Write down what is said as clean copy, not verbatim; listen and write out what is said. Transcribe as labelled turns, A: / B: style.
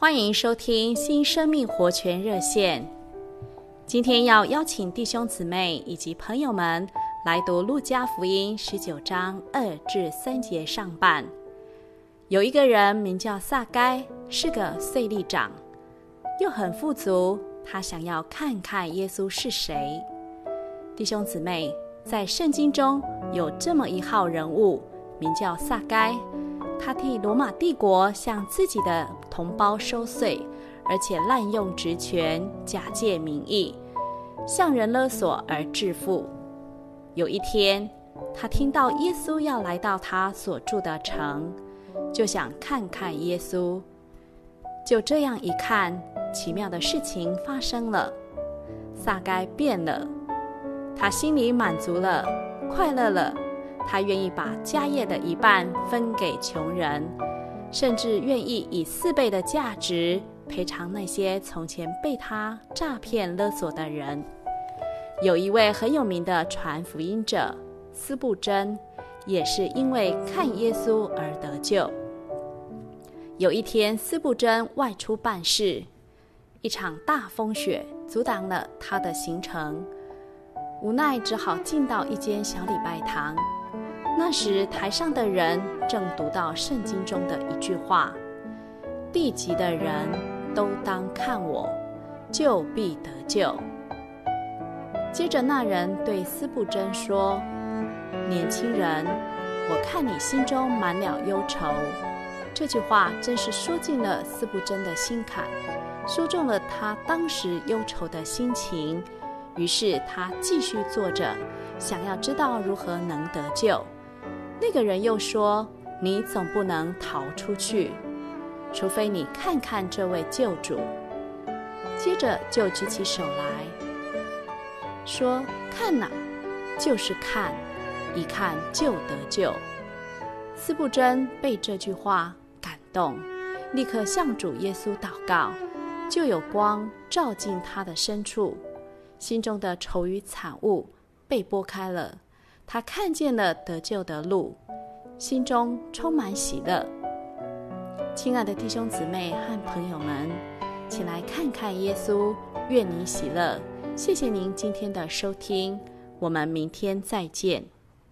A: 欢迎收听新生命活泉热线。今天要邀请弟兄姊妹以及朋友们来读路加福音19章2至3节上半。有一个人名叫撒该，是个税吏长，又很富足，他想要看看耶稣是谁。弟兄姊妹，在圣经中有这么一号人物，名叫撒该，他替罗马帝国向自己的同胞收税，而且滥用职权，假借名义，向人勒索而致富。有一天，他听到耶稣要来到他所住的城，就想看看耶稣。就这样一看，奇妙的事情发生了，撒该变了，他心里满足了，快乐了，他愿意把家业的一半分给穷人，甚至愿意以4倍的价值赔偿那些从前被他诈骗勒索的人。有一位很有名的传福音者司布真，也是因为看耶稣而得救。有一天，司布真外出办事，一场大风雪阻挡了他的行程，无奈只好进到一间小礼拜堂。那时台上的人正读到圣经中的一句话：地极的人都当看我，就必得救。接着那人对司布真说：年轻人，我看你心中满了忧愁。这句话真是说进了司布真的心坎，说中了他当时忧愁的心情。于是他继续坐着，想要知道如何能得救。那个人又说：你总不能逃出去，除非你看看这位救主。接着就举起手来说：看哪，就是看，一看就得救。司布真被这句话感动，立刻向主耶稣祷告，就有光照进他的深处，心中的愁与惨雾被拨开了，他看见了得救的路，心中充满喜乐。亲爱的弟兄姊妹和朋友们，请来看看耶稣，愿你喜乐。谢谢您今天的收听，我们明天再见。